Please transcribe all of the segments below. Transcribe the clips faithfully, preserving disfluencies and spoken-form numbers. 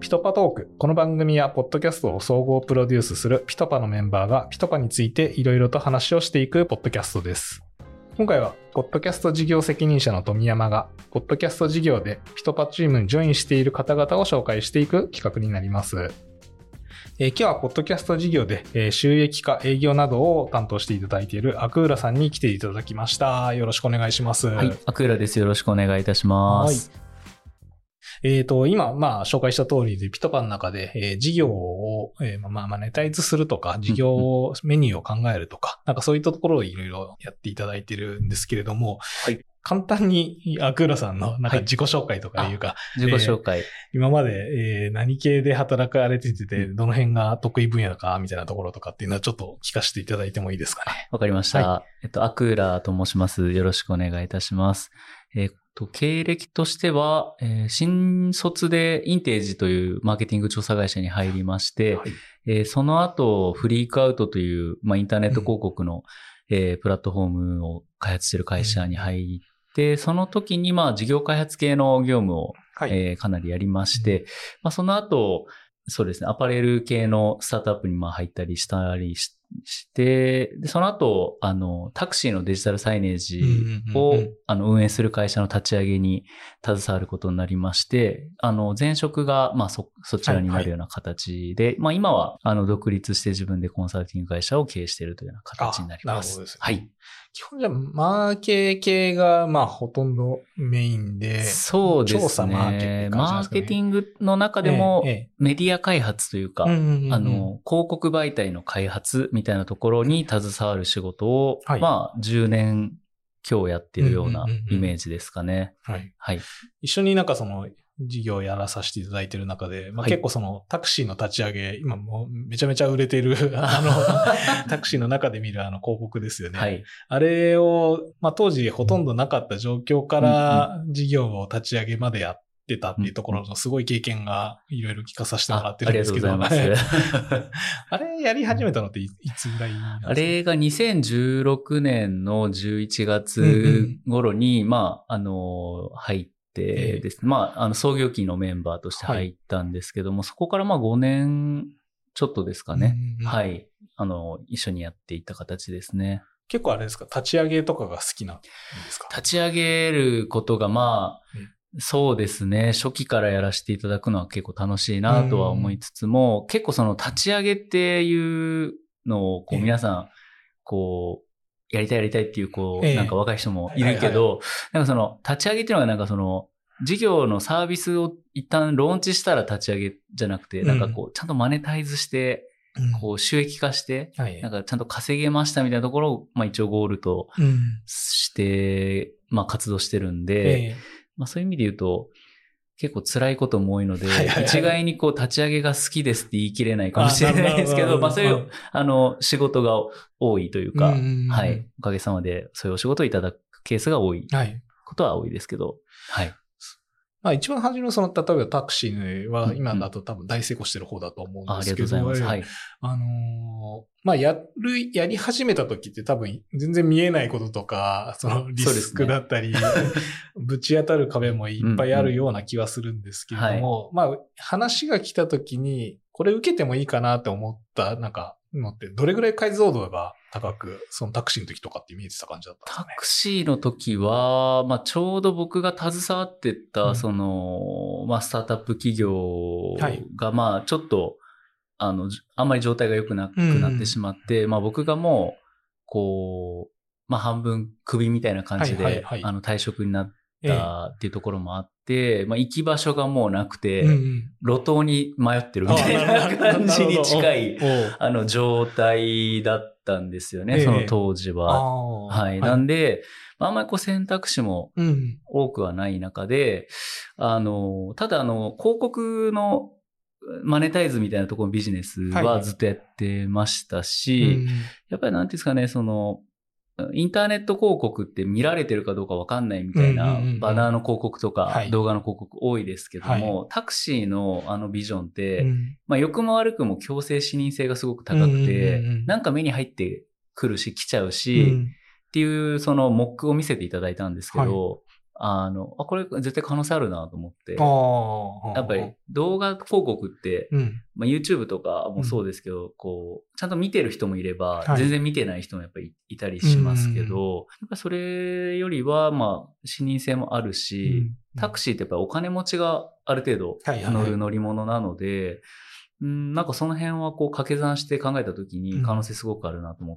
ピトパトーク。この番組はポッドキャストを総合プロデュースするピトパのメンバーがピトパについていろいろと話をしていくポッドキャストです。今回はポッドキャスト事業責任者の富山がポッドキャスト事業でピトパチームにジョインしている方々を紹介していく企画になります。えー、今日はポッドキャスト事業で、えー、収益化営業などを担当していただいているアクーラさんに来ていただきました。よろしくお願いします。 はい、アクーラです。よろしくお願いいたします。 はい。えっと、今、まあ、紹介した通りで、ピトパの中で、えー、事業を、えー、まあ、マネタイズするとか、事業メニューを考えるとか、うんうん、なんかそういったところをいろいろやっていただいてるんですけれども、はい。簡単にアクーラさんのなんか自己紹介とかいうか、はい、 自己紹介、 えー、今まで、えー、何系で働かれてて、どの辺が得意分野かみたいなところとかっていうのはちょっと聞かせていただいてもいいですかね。 わかりました。はい、えっと、アクーラと申します。よろしくお願いいたします。えー、っと、経歴としては、えー、新卒でインテージというマーケティング調査会社に入りまして、はい、えー、その後、フリークアウトという、まあ、インターネット広告の、うん、えー、プラットフォームを開発している会社に入って、で、その時に、まあ、事業開発系の業務を、はい、えー、かなりやりまして、うん、まあ、その後、そうですね、アパレル系のスタートアップにまあ入ったりしたりし、してで、その後、あの、タクシーのデジタルサイネージを、うんうんうん、あの運営する会社の立ち上げに携わることになりまして、あの、前職が、まあ、そ、そちらになるような形で、はいはい、まあ、今は、あの、独立して自分でコンサルティング会社を経営しているというような形になります。 なるほどですね。 はい。 基本じゃ、マーケ系が、まあ、ほとんどメインで、 そうですね。 調査マーケって感じなんですかね。 マーケティングの中でも、メディア開発というか、あの、広告媒体の開発みたいなところに携わる仕事を、はい、まあ、じゅうねん強やっているようなイメージですかね。 はい。はい。一緒になんかその、事業をやらさせていただいている中で、まあ、結構そのタクシーの立ち上げ、今もうめちゃめちゃ売れてる、あの、タクシーの中で見るあの広告ですよね。はい。あれを、まあ、当時ほとんどなかった状況から事業を立ち上げまでやってたっていうところのすごい経験がいろいろ聞かさせてもらってるんですけど。 あ、ありがとうございます。 あれやり始めたのっていつぐらいなんですか？ あれがにせんじゅうろくねんのじゅういちがつ頃に、うんうん、まあ、あの、入って、でですね。えー、まあ、あの、創業期のメンバーとして入ったんですけども、はい、そこからまあごねんちょっとですかね。うんうん、はい。あの、一緒にやっていった形ですね。 結構あれですか、立ち上げとかが好きなんですか？ 立ち上げることがまあ、うん、そうですね。初期からやらせていただくのは結構楽しいなとは思いつつも、うん、結構その立ち上げっていうのをこう皆さん、こう、やりたいやりたいっていう、こう、なんか若い人もいるけど、なんかその、立ち上げっていうのがなんかその、事業のサービスを一旦ローンチしたら立ち上げじゃなくて、なんかこう、ちゃんとマネタイズして、こう、収益化して、なんかちゃんと稼げましたみたいなところを、まあ一応ゴールとして、まあ活動してるんで、まあそういう意味で言うと、結構辛いことも多いので、一概にこう立ち上げが好きですって言い切れないかもしれないですけど、まあそういう、あの、仕事が多いというか、はい。おかげさまでそういうお仕事をいただくケースが多いことは多いですけど、はい。 まあ一番初めのその、例えばタクシーは今だと多分大成功してる方だと思うんですけど、 ありがとうございます。はい。 あのー、まあやる、やり始めた時って多分全然見えないこととか、そのリスクだったり、ね、ぶち当たる壁もいっぱいあるような気はするんですけれども、うんうん、まあ話が来た時に、これ受けてもいいかなって思った、なんか、のってどれぐらい解像度が高く、そのタクシーの時とかって見えてた感じだったんですかね。 タクシーの時は、まあちょうど僕が携わってた、その、うん、まあスタートアップ企業が、まあちょっと、あの、あんまり状態が良くなくなってしまって、うん、まあ僕がもう、こう、まあ半分首みたいな感じで、はいはいはい、あの退職になったっていうところもあって、ええ、まあ行き場所がもうなくて、うんうん、路頭に迷ってるみたいな感じに近い、あの状態だったんですよね、ええ、その当時は。はい。なんで、あんまりこう選択肢も多くはない中で、うん、あの、ただあの、広告のマネタイズみたいなところのビジネスはずっとやってましたし、はいはい、うん、やっぱりなんていうんですかね、その、インターネット広告って見られてるかどうかわかんないみたいなバナーの広告とか動画の広告多いですけども、はい、タクシーのあのビジョンって、うん、まあ良くも悪くも強制視認性がすごく高くて、うんうんうん、なんか目に入ってくるし来ちゃうし、うん、っていうそのモックを見せていただいたんですけど、はい、 あの、あ、これ絶対可能性あるなと思って。 あやっぱり動画広告って、 うんまあ、YouTube とかもそうですけど、うん、こう、ちゃんと見てる人もいれば、はい、全然見てない人もやっぱりいたりしますけど、やっぱそれよりは、まあ、視認性もあるし、うん、タクシーってやっぱりお金持ちがある程度乗る乗り物なので、はいはいはい、うん、なんかその辺はこう掛け算して考えたときに可能性すごくあるなと思って、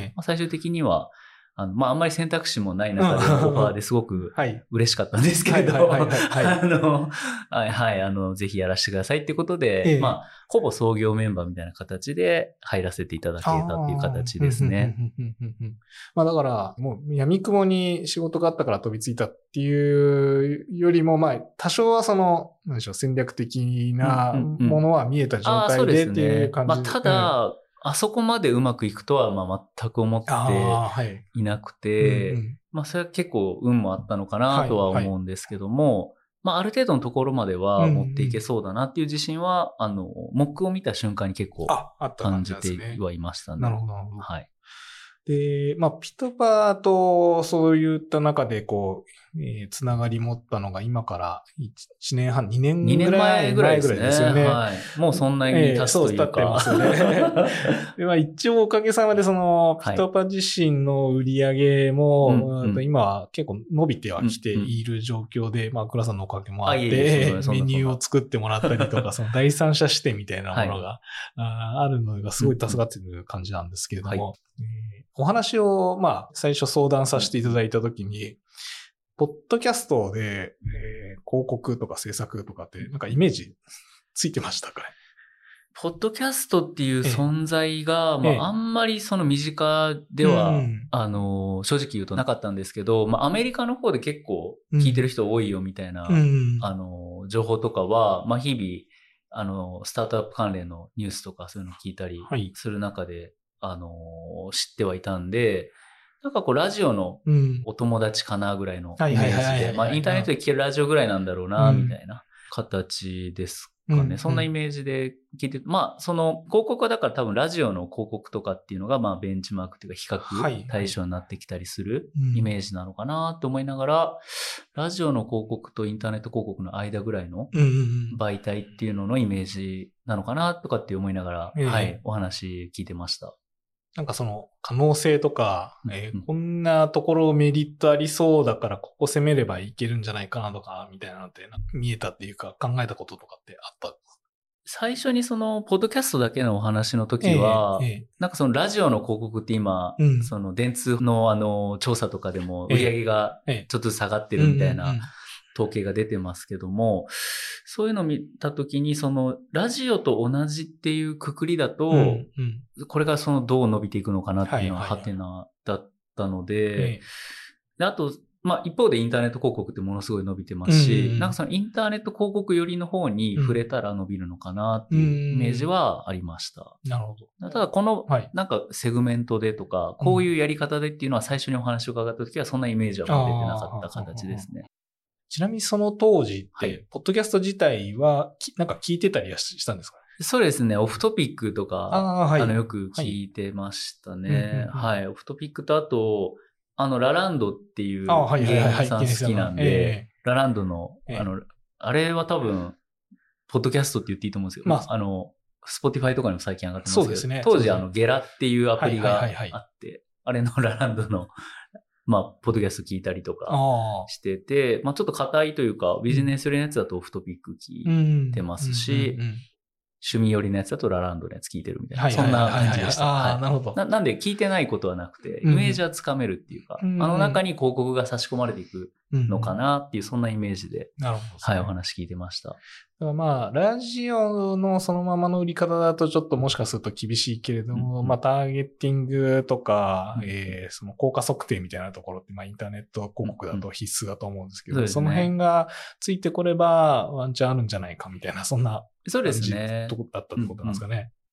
うん、まあ、最終的には、あの、まあ、あんまり選択肢もない中でのオファーですごく嬉しかったんですけど、あの、はい、はい、あの、ぜひやらせてくださいってことで、ええ、まあ、ほぼ創業メンバーみたいな形で入らせていただけたっていう形ですね。 まあ、だから、もう、闇雲に仕事があったから飛びついたっていうよりも、まあ、多少はその、なんでしょう、戦略的なものは見えた状態でっていう感じで。 まあ、ただ、うん、あそこまでうまくいくとはまあ全く思っていなくて、はいうんうん、まあそれは結構運もあったのかなとは思うんですけども、はいはい、まあある程度のところまでは持っていけそうだなっていう自信は、うんうん、あの、モックを見た瞬間に結構感じてはいましたね。 なるほど、なるほど。 はい。 で、まあ、ピトパとそういった中で、こう、えー、つながり持ったのが今からいちねんはん、にねんぐらいにねんまえぐらいですね。 ですよね。 はい。もうそんなに経つというか。 えー、そう、経ってますよね。で、まあ、一応おかげさまで、その、ピトパ自身の売り上げも、はい、今は結構伸びてはきている状況で、うんうん、まあ、倉さんのおかげもあって、いえいえメニューを作ってもらったりとか、その第三者視点みたいなものが、はい、あ, あるのがすごい助かってる感じなんですけれども、はいえーお話を、まあ、最初相談させていただいたときに、ポッドキャストで、えー、広告とか制作とかって、なんかイメージついてましたかね？ ポッドキャストっていう存在が、ええ、まあ、あんまりその身近では、うん、あの、正直言うとなかったんですけど、まあ、アメリカの方で結構聞いてる人多いよみたいな、うん、あの、情報とかは、まあ、日々、あの、スタートアップ関連のニュースとかそういうのを聞いたりする中で、はいあのー、知ってはいたんで、なんかこうラジオのお友達かなぐらいのイメージで、まあインターネットで聞けるラジオぐらいなんだろうな、みたいな形ですかね。うん、そんなイメージで聞いて、まあその広告はだから多分ラジオの広告とかっていうのがまあベンチマークっていうか比較対象になってきたりするイメージなのかなと思いながら、ラジオの広告とインターネット広告の間ぐらいの媒体っていうののイメージなのかなとかって思いながら、うん、はい、お話聞いてました。 なんかその可能性とか、えー、こんなところメリットありそうだからここ攻めればいけるんじゃないかなとか、みたいなのって見えたっていうか考えたこととかってあったんですか？ 最初にその、ポッドキャストだけのお話の時は、えーえー、なんかそのラジオの広告って今、うん、その電通のあの、調査とかでも売り上げがちょっとずつ下がってるみたいな統計が出てますけども、そういうのを見た時に、その、ラジオと同じっていうくくりだと、うんうん、これがそのどう伸びていくのかなっていうのはハテナだったので、はいはいはい、であと、まあ一方でインターネット広告ってものすごい伸びてますし、うんうん、なんかそのインターネット広告寄りの方に触れたら伸びるのかなっていうイメージはありました。 うん、なるほど。 ただこのなんかセグメントでとか、こういうやり方でっていうのは最初にお話を伺った時はそんなイメージは持っててなかった形ですね。 ちなみにその当時って、はい、ポッドキャスト自体はなんか聞いてたりはしたんですかね？ そうですね。オフトピックとか、あ、はい、あのよく聞いてましたね。はい。はい、オフトピックとあと、あの、ラランドっていう芸人さん好きなんで、ラランドの、あの、あれは多分、ポッドキャストって言っていいと思うんですけど、まあ、あの、スポティファイとかにも最近上がってますけど、そうですね。当時、あの、ゲラっていうアプリがあって、あれのラランドの、まあ、ポッドキャスト聞いたりとかしてて、まあ、ちょっと硬いというか、ビジネス寄りのやつだとオフトピック聞いてますし、趣味寄りのやつだとラランドのやつ聞いてるみたいな、はい、そんな感じでした。 ああ、なるほどな。なんで聞いてないことはなくて、イメージはつかめるっていうか、うん、あの中に広告が差し込まれていくのかなっていう、そんなイメージで、なるほど、ね、はい、お話聞いてました。 だからまあ、ラジオのそのままの売り方だとちょっともしかすると厳しいけれども、うん、まあ、ターゲティングとか、うん、えー、その効果測定みたいなところって、まあ、インターネット広告だと必須だと思うんですけど、うん、その辺がついてこればワンチャンあるんじゃないかみたいな、そんな感じだったってことなんですかね。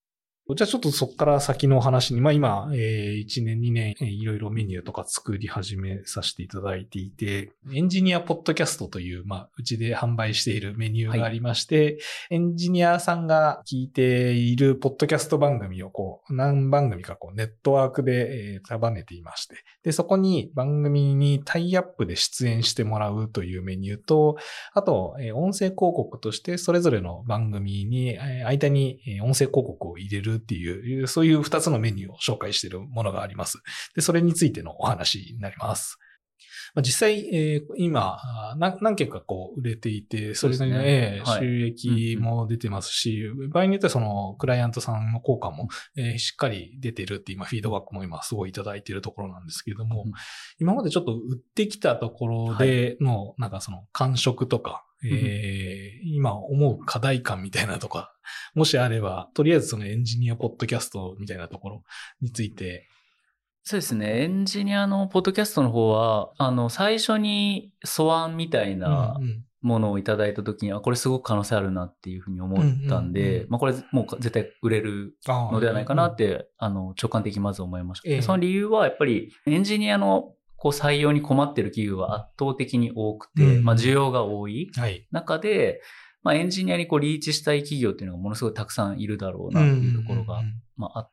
じゃあちょっとそこから先のお話に、まあ今、えー、いちねん、にねん、えー、いろいろメニューとか作り始めさせていただいていて、エンジニアポッドキャストという、まあうちで販売しているメニューがありまして、はい、エンジニアさんが聞いているポッドキャスト番組をこう、何番組かこうネットワークで、えー、束ねていまして、で、そこに番組にタイアップで出演してもらうというメニューと、あと、えー、音声広告としてそれぞれの番組に、えー、間に音声広告を入れるっていう、そういう二つのメニューを紹介しているものがあります。で、それについてのお話になります。まあ、実際、えー、今何、何件かこう売れていて、それなりの、ね、収益も出てますし、はい、うんうん、場合によってはそのクライアントさんの効果も、えー、しっかり出てるって今フィードバックも今すごいいただいているところなんですけれども、うん、今までちょっと売ってきたところでの、はい、なんかその感触とか、えー、今思う課題感みたいなとか、もしあれば、とりあえずそのエンジニアポッドキャストみたいなところについて。 そうですね。エンジニアのポッドキャストの方は、あの、最初に素案みたいなものをいただいたときに、うんうん、あ、これすごく可能性あるなっていうふうに思ったんで、うんうんうん、まあこれもう絶対売れるのではないかなって、うんうん、あの、直感的にまず思いました。えー、その理由はやっぱりエンジニアのこう採用に困っている企業が圧倒的に多くて、うんうん、まあ需要が多い中で、はい、まあエンジニアにこうリーチしたい企業っていうのがものすごいたくさんいるだろうなっていうところが、まああって、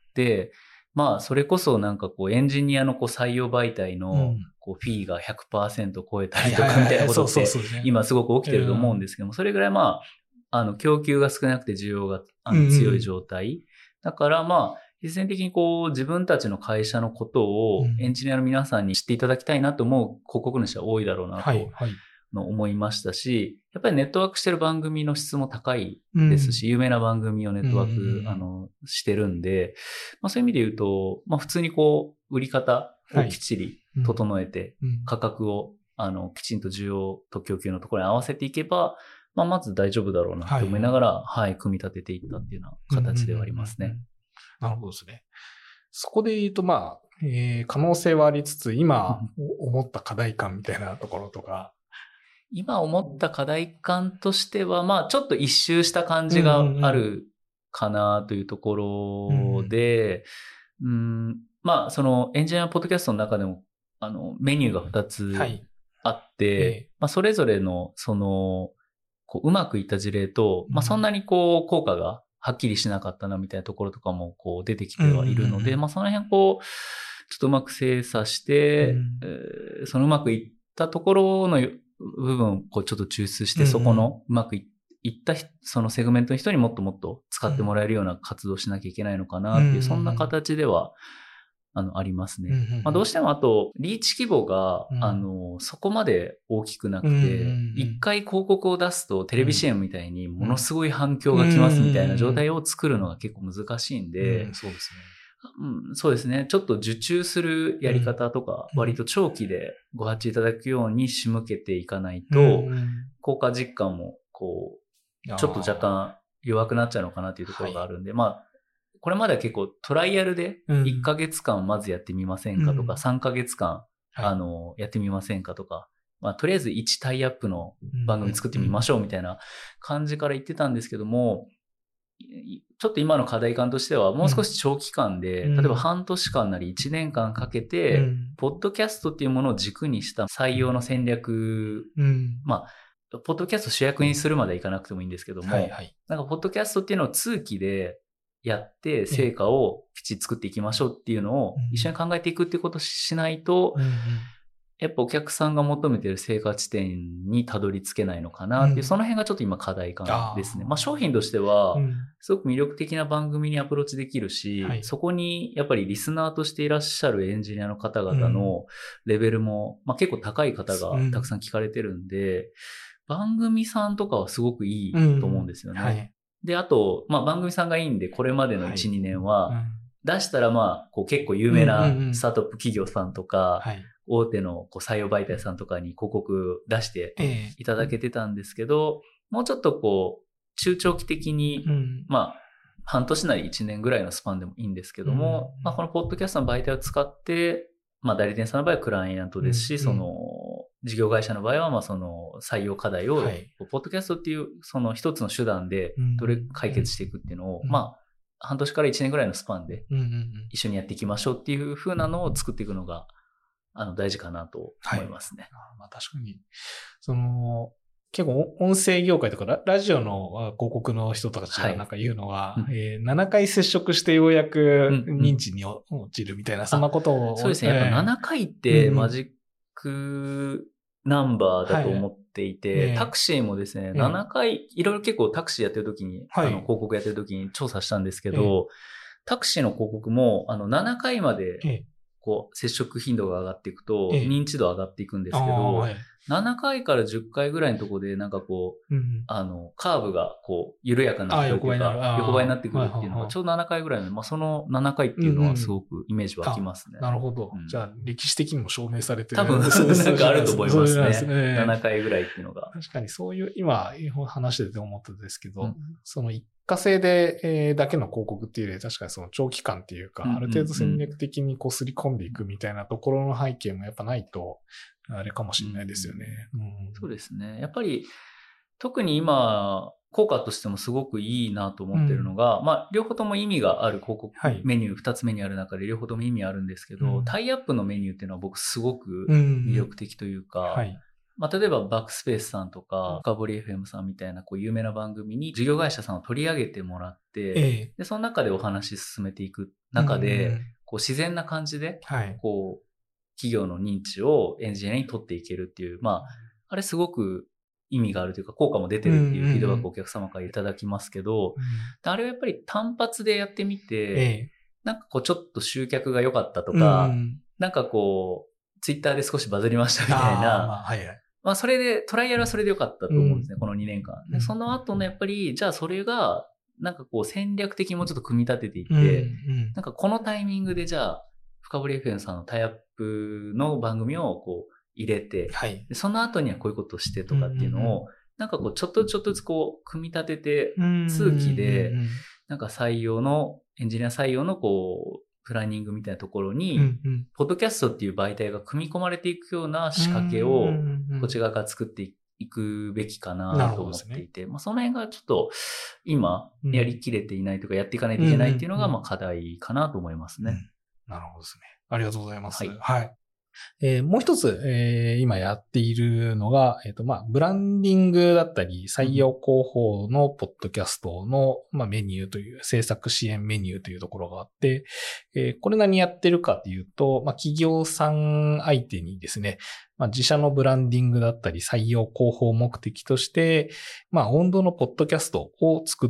まあそれこそなんかこうエンジニアのこう採用媒体のこうフィーが ひゃくパーセント 超えたりとかみたいなことって今すごく起きてると思うんですけども、それぐらいまあ、あの供給が少なくて需要があの強い状態。だからまあ、必然的にこう自分たちの会社のことをエンジニアの皆さんに知っていただきたいなと思う広告主は多いだろうなと思いましたし、やっぱりネットワークしてる番組の質も高いですし、有名な番組をネットワークあのしてるんで、まあそういう意味で言うと、まあ普通にこう売り方をきっちり整えて価格をあのきちんと需要と供給のところに合わせていけば、まあまず大丈夫だろうなと思いながら、はい、はい、組み立てていったっていうような形ではありますね。 なるほどですね。そこで言うと、まあ、えー、可能性はありつつ、今思った課題感みたいなところとか。 今思った課題感としては、まあ、ちょっと一周した感じがあるかなというところで、うんうんうん、まあ、そのエンジニアポッドキャストの中でも、あの、メニューがふたつあって、はいえー、まあ、それぞれの、その、こう、うまくいった事例と、まあ、そんなにこう、効果がはっきりしなかったなみたいなところとかもこう出てきてはいるので、まあその辺こう、ちょっとうまく精査して、うんえー、そのうまくいったところの部分をこうちょっと抽出して、そこのうまくいったそのセグメントの人にもっともっと使ってもらえるような活動をしなきゃいけないのかなっていう、そんな形では、あの、ありますね。うんうんうんまあ、どうしてもあと、リーチ規模が、うん、あの、そこまで大きくなくて、一、うんうん、回広告を出すとテレビ シーエム みたいにものすごい反響が来ますみたいな状態を作るのが結構難しいんで、 うん、そうですね。 うん、そうですね。ちょっと受注するやり方とか、割と長期でご発注いただくように仕向けていかないと、うん、効果実感も、こう、ちょっと若干弱くなっちゃうのかなっていうところがあるんで、はい、まあ、これまでは結構トライアルでいっかげつかんまずやってみませんかとか、うん、さんかげつかん、あの、やってみませんかとか、まあ、とりあえずいちタイアップの番組作ってみましょうみたいな感じから言ってたんですけども、ちょっと今の課題感としてはもう少し長期間で、例えば半年間なりいちねんかんかけて、ポッドキャストっていうものを軸にした採用の戦略、まあ、ポッドキャスト主役にするまではいかなくてもいいんですけども、はいはい、なんかポッドキャストっていうのを通期でやって成果をきちっと作っていきましょうっていうのを一緒に考えていくっていうことをしないと、うんうん、やっぱお客さんが求めている成果地点にたどり着けないのかなっていう、うん、その辺がちょっと今課題感ですね。まあ商品としては、すごく魅力的な番組にアプローチできるし、うん、そこにやっぱりリスナーとしていらっしゃるエンジニアの方々のレベルも、まあ、結構高い方がたくさん聞かれてるんで、うん、番組さんとかはすごくいいと思うんですよね。うんはい、で、あと、まあ番組さんがいいんで、これまでのいち、はい、にねんは、うん、出したらまあ、こう結構有名なスタートアップ企業さんとか、うんうんうんはい大手のこう採用媒体さんとかに広告出していただけてたんですけど、えー、もうちょっとこう、中長期的に、うん、まあ、半年なりいちねんぐらいのスパンでもいいんですけども、うんまあ、このポッドキャストの媒体を使って、まあ、代理店さんの場合はクライアントですし、うん、その、事業会社の場合は、まあ、その採用課題を、はい、ポッドキャストっていう、その一つの手段で、どれ解決していくっていうのを、うん、まあ、 半年からいちねんぐらいのスパンで一緒にやっていきましょうっていう風なのを作っていくのがあの大事かなと思いますね。 はい、あまあ、確かにその結構音声業界とか ラ, ラジオの広告の人たちがなんか言うのは、はいえー、ななかい接触してようやく認知に落ちるみたいな、うんうん、そんなことを。 そうですね。やっぱななかいってマジックナンバーだと思っていて、はい、タクシーもですね、えー、ななかい、いろいろ結構タクシーやってる時に、はい、あの広告やってる時に調査したんですけど、えー、タクシーの広告もあのななかいまで、えーこう接触頻度が上がっていくと認知度上がっていくんですけど、はい、ななかいからじゅっかいぐらいのところでなんかこう、うん、あのカーブがこう緩やかになってくるというか横ばいになってくるっていうのがちょうどななかいぐらいの、まあ、そのななかいっていうのはすごくイメージ湧きますね。 うんうん、なるほど、うん。じゃあ歴史的にも証明されてる。 多分なんかあると思いますね。ななかいぐらいっていうのが。 確かにそういう今話してて思ったんですけど、うん、その一過性で、えー、だけの広告っていうより確かにその長期間っていうか、うんうんうん、ある程度戦略的にこうすり込んでいくみたいなところの背景もやっぱないとあれかもしれないですよね。 うんうん、そうですね。やっぱり特に今効果としてもすごくいいなと思ってるのが、うん、まあ両方とも意味がある広告メニューふたつめにある中で両方とも意味あるんですけど、うん、タイアップのメニューっていうのは僕すごく魅力的というか、うんうんはいまあ、例えばバックスペースさんとか深堀 エフエム さんみたいなこう有名な番組に事業会社さんを取り上げてもらって、ええ、でその中でお話進めていく中で、うんうん、こう自然な感じで、はい、こう企業の認知をエンジニアに取っていけるっていう、まああれすごく意味があるというか効果も出てるっていうフィードバックをお客様からいただきますけど、うんうん、あれはやっぱり単発でやってみて、ええ、なんかこうちょっと集客が良かったとか、うん、なんかこうツイッターで少しバズりましたみたいな、まあはいはいまあそれで、トライアルはそれで良かったと思うんですね、うん、このにねんかん。で、その後のやっぱり、じゃあそれが、なんかこう戦略的にもうちょっと組み立てていって、うんうん、なんかこのタイミングでじゃあ、深堀 エフエム さんのタイアップの番組をこう入れて、はい、でその後にはこういうことをしてとかっていうのを、うんうんうん、なんかこうちょっとちょっとずつこう組み立てて、通期で、なんか採用の、エンジニア採用のこう、プランニングみたいなところに、うんうん、ポッドキャストっていう媒体が組み込まれていくような仕掛けを、こっち側から作っていくべきかなと思っていて、ねまあ、その辺がちょっと今やりきれていないとかやっていかないといけないっていうのがまあ課題かなと思いますね、うんうんうん。 なるほどですね。ありがとうございます。はい。はいえー、もう一つ、えー、今やっているのが、えっと、まあ、ブランディングだったり、採用広報のポッドキャストの、まあ、メニューという、制作支援メニューというところがあって、えー、これ何やってるかというと、まあ、企業さん相手にですね、まあ、自社のブランディングだったり、採用広報目的として、まあ、温度のポッドキャストを作って、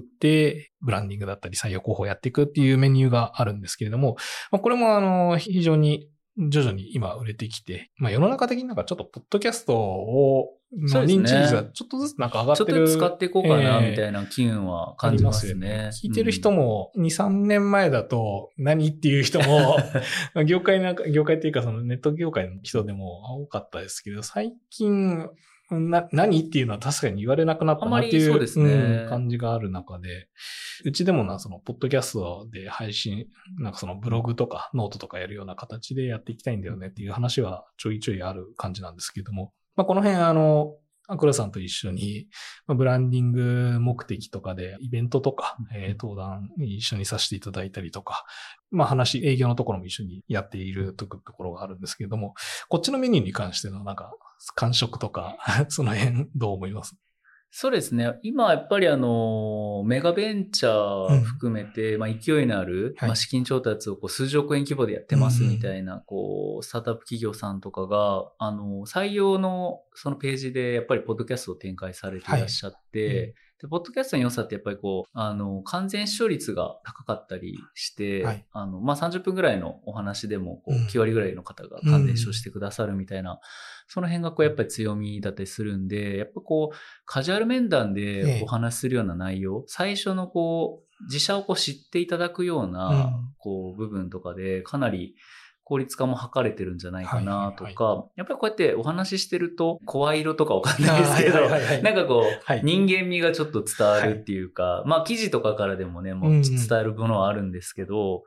ブランディングだったり、採用広報をやっていくっていうメニューがあるんですけれども、まあ、これも、あの、非常に徐々に今売れてきて、まあ世の中的になんかちょっとポッドキャストを、の認知率がちょっとずつなんか上がってる。 ちょっとずつ使っていこうかな、みたいな機運は感じますね。 えー、聞いてる人もに、さんねんまえだと何っていう人も、業界なんか、業界っていうかそのネット業界の人でも多かったですけど、最近、な、何っていうのは確かに言われなくなったなっていう、そうですね、うん、感じがある中で、うちでもな、その、ポッドキャストで配信、なんかそのブログとかノートとかやるような形でやっていきたいんだよねっていう話はちょいちょいある感じなんですけども、まあ、この辺あの、アクロさんと一緒に、ブランディング目的とかでイベントとか、えー、登壇一緒にさせていただいたりとか、まあ話、営業のところも一緒にやっているところがあるんですけれども、こっちのメニューに関してのなんか感触とか、その辺どう思います？ そうですね。今やっぱりあの、メガベンチャー含めて、うん、まあ勢いのある、はい、まあ資金調達をこう数十億円規模でやってますみたいな、こう、スタートアップ企業さんとかが、あの、採用のそのページでやっぱりポッドキャストを展開されていらっしゃって、はいうんでポッドキャストの良さってやっぱりこう、あの、完全視聴率が高かったりして、はい、あの、まあ、さんじゅっぷんぐらいのお話でも、こう、きゅうわりぐらいの方が完全視聴してくださるみたいな、うん、その辺がこう、やっぱり強みだったりするんで、やっぱこう、カジュアル面談でお話しするような内容、ええ、最初のこう、自社をこう知っていただくような、こう、部分とかで、かなり、効率化も図れてるんじゃないかなとか、はいはいはい、やっぱりこうやってお話ししてると、声色とかわかんないですけど、はいはいはい、なんかこう、はい、人間味がちょっと伝わるっていうか、はい、まあ記事とかからでもね、もう伝えるものはあるんですけど、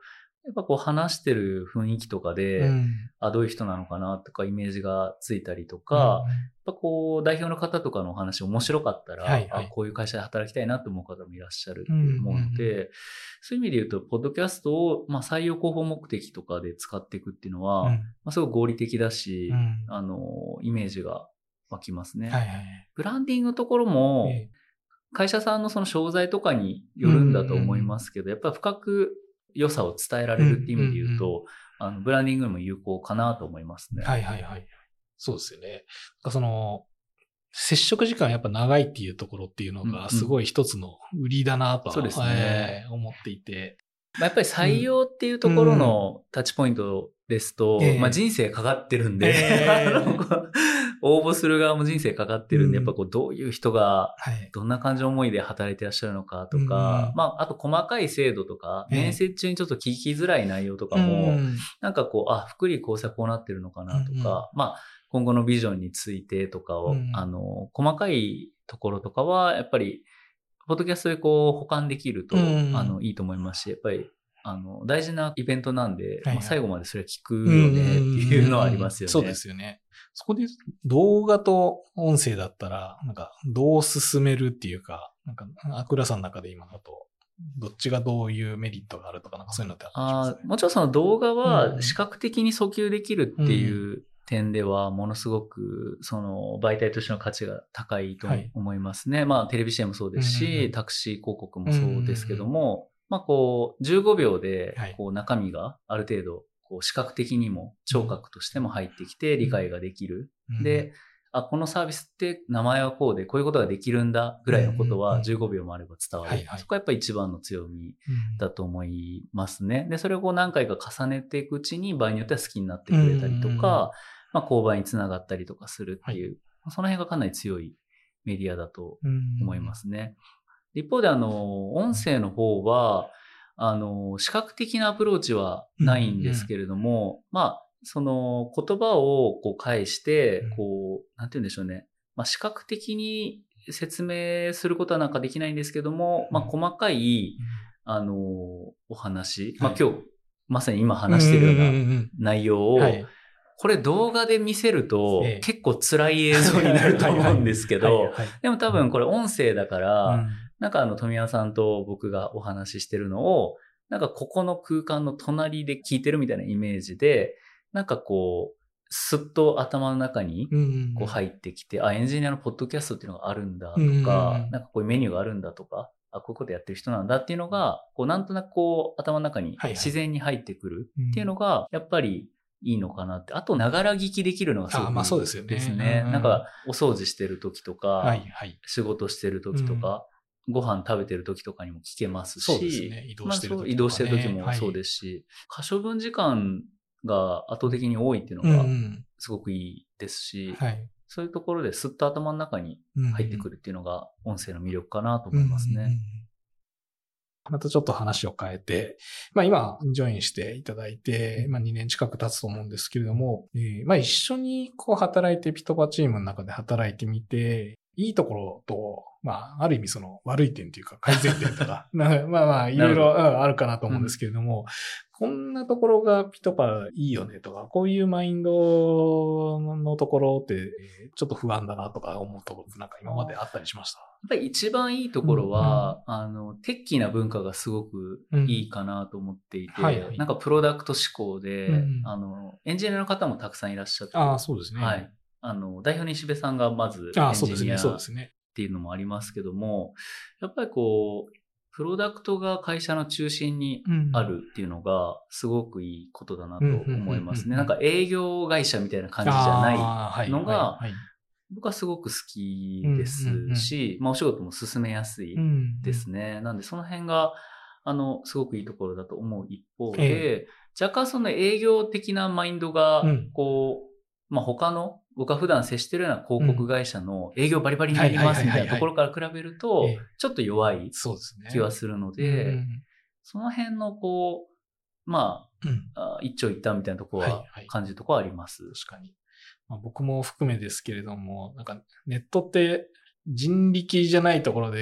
やっぱこう話してる雰囲気とかで、うん、あ、どういう人なのかなとかイメージがついたりとか、うん、やっぱこう代表の方とかのお話面白かったら、はいはい、あ、こういう会社で働きたいなと思う方もいらっしゃるって思うので、うんうん、そういう意味で言うと、ポッドキャストを、まあ、採用広報目的とかで使っていくっていうのは、うん、まあ、すごく合理的だし、うん、あの、イメージが湧きますね。はいはい、ブランディングのところも、えー会社さんのその商材とかによるんだと思いますけど、うんうん、やっぱり深く良さを伝えられるっていう意味で言うと、うんうんうん、あのブランディングにも有効かなと思いますね。 はいはいはい。そうですよね。その、接触時間やっぱ長いっていうところっていうのがすごい一つの売りだなとは、 そうですね、 えー、思っていて。 まあ、やっぱり採用っていうところのタッチポイントですと、うんうん、まあ、人生かかってるんで、えー応募する側も人生かかってるんで、うん、やっぱこうどういう人がどんな感情思いで働いてらっしゃるのかとか、うん、まああと細かい制度とか、面接中にちょっと聞きづらい内容とかも、うん、なんかこう、あ、福利厚生こうなってるのかなとか、うん、まあ今後のビジョンについてとかを、うん、あの、細かいところとかは、やっぱり、ポッドキャストでこう保管できると、うん、あの、いいと思いますし、やっぱり、あの、大事なイベントなんで、はいはい、まあ、最後までそれは聞くよねっていうのはありますよね。 そうですよね。そこで動画と音声だったら、なんかどう進めるっていうか、なんかアクラさんの中で今だと、どっちがどういうメリットがあるとか、なんかそういうのってあったりしますかね。 あ、もちろんその動画は視覚的に訴求できるっていう点では、ものすごくその媒体としての価値が高いと思いますね。はい、まあテレビ シーエム もそうですし、うんうん、タクシー広告もそうですけども、まあこうじゅうごびょうでこう中身がある程度こう視覚的にも聴覚としても入ってきて理解ができる。うん、で、あ、このサービスって名前はこうでこういうことができるんだぐらいのことはじゅうごびょうもあれば伝わる。そこはやっぱり一番の強みだと思いますね。で、それをこう何回か重ねていくうちに場合によっては好きになってくれたりとか、まあ購買につながったりとかするっていう、はい、その辺がかなり強いメディアだと思いますね。一方であの、音声の方は、あの、視覚的なアプローチはないんですけれども、うんうん、まあ、その言葉をこう返して、こう、なんて言うんでしょうね。まあ、視覚的に説明することはなんかできないんですけども、まあ、細かい、あの、お話、まあ、今日、まさに今話しているような内容を、これ動画で見せると結構辛い映像になると思うんですけど、でも多分これ音声だから、なんかあの富山さんと僕がお話ししてるのを、なんかここの空間の隣で聞いてるみたいなイメージで、なんかこう、すっと頭の中にこう入ってきて、あ、エンジニアのポッドキャストっていうのがあるんだとか、なんかこういうメニューがあるんだとか、あ、こういうことやってる人なんだっていうのが、こうなんとなくこう頭の中に自然に入ってくるっていうのが、やっぱりいいのかなって。あと、ながら聞きできるのがすごくまあそうですよね。 ですね。なんか、お掃除してる時とか、はいはい、仕事してる時とか、うん、ご飯食べてる時とかにも聞けますし、 そうですね。移動してる時とか、ね、まあ、 移動してる時もそうですし、はい、可処分時間が圧倒的に多いっていうのがすごくいいですし、うんうん、はい、そういうところですっと頭の中に入ってくるっていうのが音声の魅力かなと思いますね。うんうんうん、 またちょっと話を変えて、まあ今、ジョインしていただいて、まあにねん近く経つと思うんですけれども、えー、まあ一緒にこう働いて、ピトパチームの中で働いてみて、いいところと、まあ、ある意味その悪い点というか改善点とか、まあまあ、いろいろあるかなと思うんですけれども、うん、こんなところがピトパいいよねとか、こういうマインドのところってちょっと不安だなとか思うところってなんか今まであったりしました？ やっぱり一番いいところは、うんうん、あの、テッキーな文化がすごくいいかなと思っていて、うんはいはい、なんかプロダクト思考で、うん、あの、エンジニアの方もたくさんいらっしゃって。 ああ、そうですね。 はい。あの、代表の石部さんがまずエンジニアっていうのもありますけども、やっぱりこう、プロダクトが会社の中心にあるっていうのがすごくいいことだなと思いますね。なんか営業会社みたいな感じじゃないのが、僕はすごく好きですし、まあお仕事も進めやすいですね。なんでその辺が、あの、すごくいいところだと思う一方で、若干その営業的なマインドが、こう、まあ他の、僕が普段接してるような広告会社の営業バリバリになりますみたいなところから比べると、ちょっと弱い気はするので、その辺のこう、まあ、一長一短みたいなところは感じるところはあります。 確かに。まあ、僕も含めですけれども、なんかネットって人力じゃないところで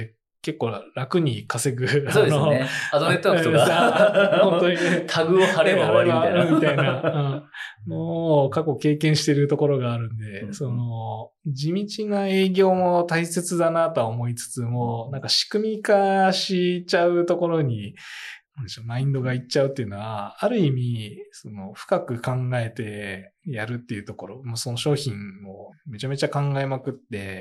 結構楽に稼ぐ。 そうですね。アドネットワークとか、 本当にね、 タグを貼れば終わりみたいな。 みたいな、うん。もう過去経験してるところがあるんで、 うん、 その、地道な営業も大切だなとは思いつつも、なんか仕組み化しちゃうところに、マインドがいっちゃうっていうのは、ある意味、その、深く考えてやるっていうところ、もうその商品をめちゃめちゃ考えまくって、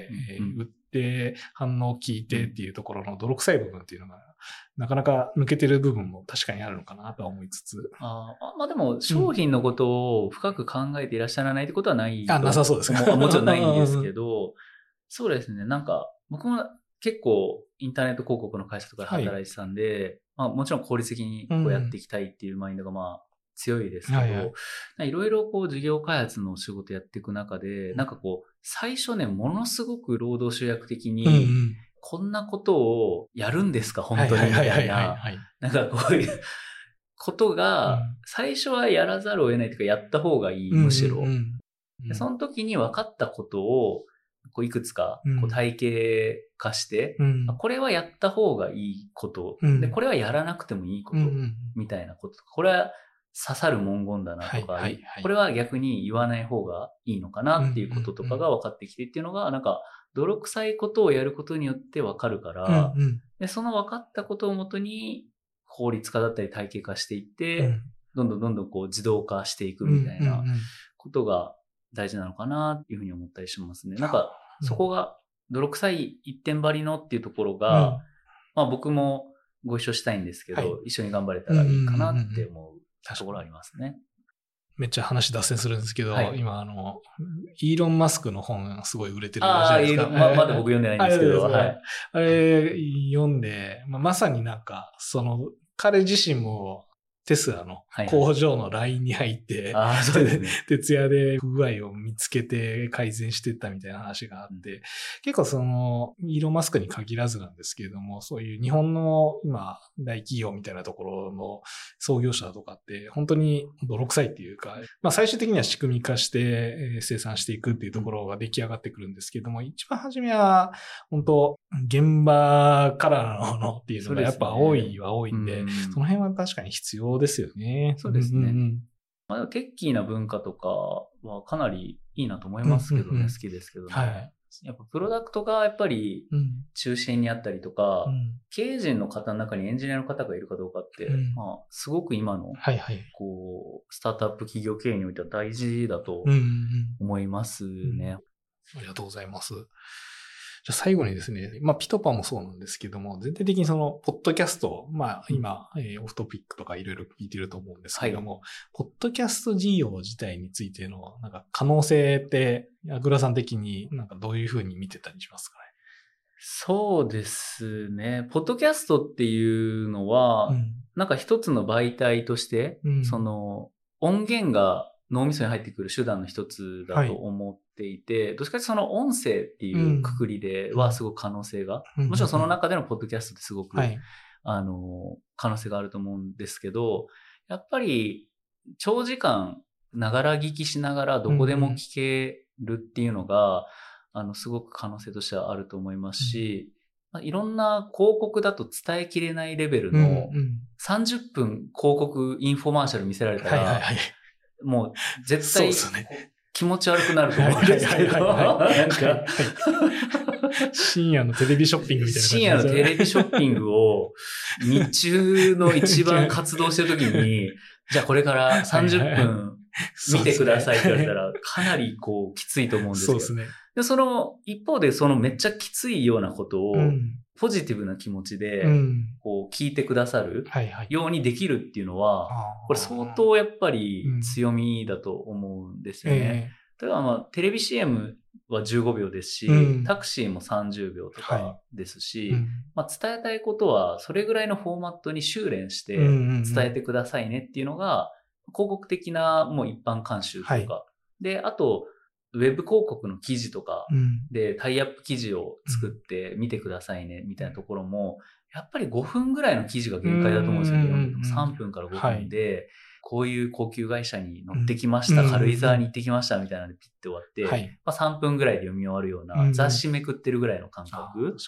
うんうん、売って反応を聞いてっていうところの泥臭い部分っていうのが、なかなか抜けてる部分も確かにあるのかなとは思いつつ。 あまあでも、商品のことを深く考えていらっしゃらないってことはないと、 うん。あ、なさそうですか。 もちろんないんですけど、そうですね。なんか、僕も結構インターネット広告の会社とかで働いてたんで、はい、まあもちろん効率的にこうやっていきたいっていうマインドがまあ強いですけど、はいはい、いろいろこう事業開発の仕事やっていく中で、なんかこう最初ね、ものすごく労働集約的に、うんうん、こんなことをやるんですか本当にみたいな、なんかこういうことが最初はやらざるを得ないというかやった方がいい、むしろ。うんうんうん、でその時に分かったことをこういくつかこう体系化して、うん、これはやった方がいいこと、うん、で、これはやらなくてもいいこと、みたいなこととか、これは刺さる文言だなとか、はいはいはい、これは逆に言わない方がいいのかなっていうこととかが分かってきてっていうのが、なんか、泥臭いことをやることによって分かるから、うんうん、でその分かったことをもとに、効率化だったり体系化していって、うん、どんどんどんどんこう自動化していくみたいなことが、大事なのかなっていうふうに思ったりしますね。なんか、そこが泥臭い一点張りのっていうところが、うん、まあ僕もご一緒したいんですけど、はい、一緒に頑張れたらいいかなって思うところありますね。 めっちゃ話脱線するんですけど、はい、今あの、イーロン・マスクの本すごい売れてるじゃないですか。ああ、 ま, まだ僕読んでないんですけど、 あれ、はい、あれ読んで、まあ、まさになんか、その、彼自身も、テスラの工場のラインに入って、はいはい、そうですね、徹夜で不具合を見つけて改善していったみたいな話があって、うん、結構その、イーロン・マスクに限らずなんですけれども、そういう日本の今、大企業みたいなところの創業者とかって、本当に泥臭いっていうか、まあ最終的には仕組み化して生産していくっていうところが出来上がってくるんですけども、一番初めは、本当、現場からのものっていうのがやっぱ多いは多いんで、そ, で、うん、その辺は確かに必要ですよね。 そうですね。うんうん、まあ、テッキーな文化とかはかなりいいなと思いますけどね、うんうんうん、好きですけどね。はい。やっぱプロダクトがやっぱり中心にあったりとか、うん、経営陣の方の中にエンジニアの方がいるかどうかって、うん、まあ、すごく今の、はいはい、こう、スタートアップ企業経営においては大事だと思いますね。うんうんうん、 ありがとうございます。じゃあ最後にですね、まあ、ピトパもそうなんですけども、全体的にその、ポッドキャスト、まあ、今、えー、オフトピックとかいろいろ聞いてると思うんですけども、はい、ポッドキャスト事業自体についての、なんか可能性って、あぐらさん的になんかどういうふうに見てたりしますかね？ そうですね。ポッドキャストっていうのは、うん、なんか一つの媒体として、うん、その、音源が脳みそに入ってくる手段の一つだと思っていて、はい、どっちかというとその音声っていうくくりではすごく可能性が、うん、もちろんその中でのポッドキャストってすごく、はい、あの、可能性があると思うんですけど、やっぱり長時間ながら聞きしながらどこでも聞けるっていうのが、うん、あの、すごく可能性としてはあると思いますし、うん、いろんな広告だと伝えきれないレベルのさんじゅっぷん広告インフォマーシャル見せられたら、はいはいはい、もう絶対気持ち悪くなると思うんですけど、なんか深夜のテレビショッピングみたいな感じ、 深夜のテレビショッピングを日中の一番活動してる時に、じゃあこれからさんじゅっぷん見てくださいって言われたら、かなりこうきついと思うんですけど、そうですね。で、その一方でそのめっちゃきついようなことを、ポジティブな気持ちで、こう聞いてくださるようにできるっていうのは、これ相当やっぱり強みだと思うんですよね。例えばまあテレビ シーエム はじゅうごびょうですし、タクシーもさんじゅうびょうとかですし、まあ伝えたいことはそれぐらいのフォーマットに修練して伝えてくださいねっていうのが、広告的なもう一般監修とか、はい、で、あと、ウェブ広告の記事とかでタイアップ記事を作って見てくださいねみたいなところも、やっぱりごふんぐらいの記事が限界だと思うんですよね。さんぷんからごふんで、はい、こういう高級会社に乗ってきました、軽井沢に行ってきましたみたいなのでピッて終わって、はい、まあ、さんぷんぐらいで読み終わるような雑誌めくってるぐらいの感覚。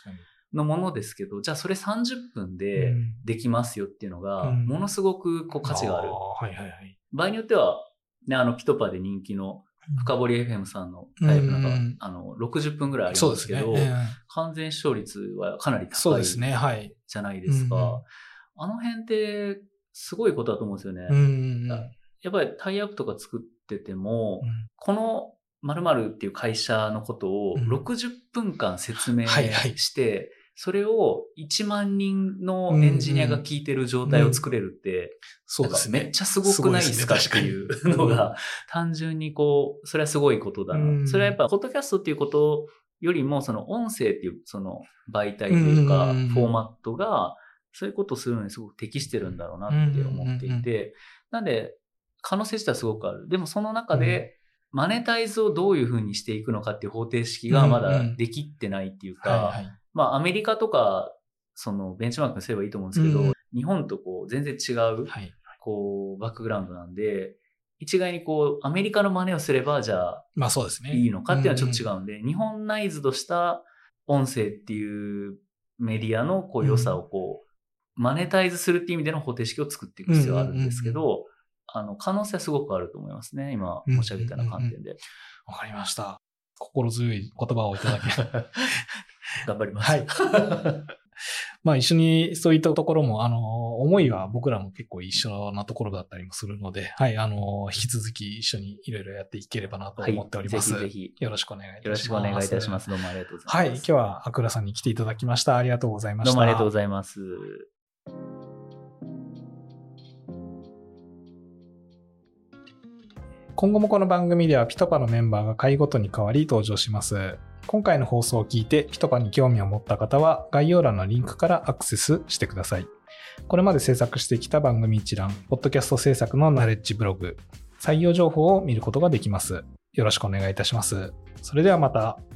のものですけど、じゃあそれさんじゅっぷんでできますよっていうのが、ものすごくこう価値がある。 うんはいはいはい、 場合によっては、ね、あの、ピトパで人気の深掘り エフエム さんのタイプなんか、うん、あの、ろくじゅっぷんぐらいありますけど、ねうん、完全視聴率はかなり高いじゃないですか。 うん、 あの辺ってすごいことだと思うんですよね。 うん、 やっぱりタイアップとか作ってても、うん、この〇〇っていう会社のことをろくじゅっぷんかん説明して、うんはいはい、それをいちまんにんのエンジニアが聞いてる状態を作れるって、うんうんそうですね、めっちゃすごくないですかっていうのが、単純にこう、それはすごいことだな。うん、それはやっぱ、ポッドキャストっていうことよりも、その音声っていう、その媒体というか、フォーマットが、そういうことをするのにすごく適してるんだろうなって思っていて、なんで、可能性自体はすごくある。でもその中で、マネタイズをどういうふうにしていくのかっていう方程式がまだできってないっていうか、まあアメリカとか、そのベンチマークにすればいいと思うんですけど、うん、日本とこう全然違う、はい、こうバックグラウンドなんで、一概にこうアメリカの真似をすればじゃあ、 まあそうですね。 いいのかっていうのはちょっと違うんで、うんうん、日本ナイズドした音声っていうメディアのこう良さをこう、うん、マネタイズするっていう意味での方程式を作っていく必要があるんですけど、うんうんうんうん、あの可能性はすごくあると思いますね。今申し上げたような観点で。わ、 うんうん、かりました。心強い言葉をいただき頑張ります。はい。 まあ一緒にそういったところも、あの、思いは僕らも結構一緒なところだったりもするので、はい、あの、引き続き一緒にいろいろやっていければなと思っております。はい、ぜひぜひ。よろしくお願いいたします。 よろしくお願いいたします。どうもありがとうございます。 はい、今日はアクラさんに来ていただきました。ありがとうございました。 どうもありがとうございます。 今後もこの番組ではピトパのメンバーが回ごとに変わり登場します。今回の放送を聞いてピトパに興味を持った方は概要欄のリンクからアクセスしてください。これまで制作してきた番組一覧、ポッドキャスト制作のナレッジブログ、採用情報を見ることができます。よろしくお願いいたします。それではまた。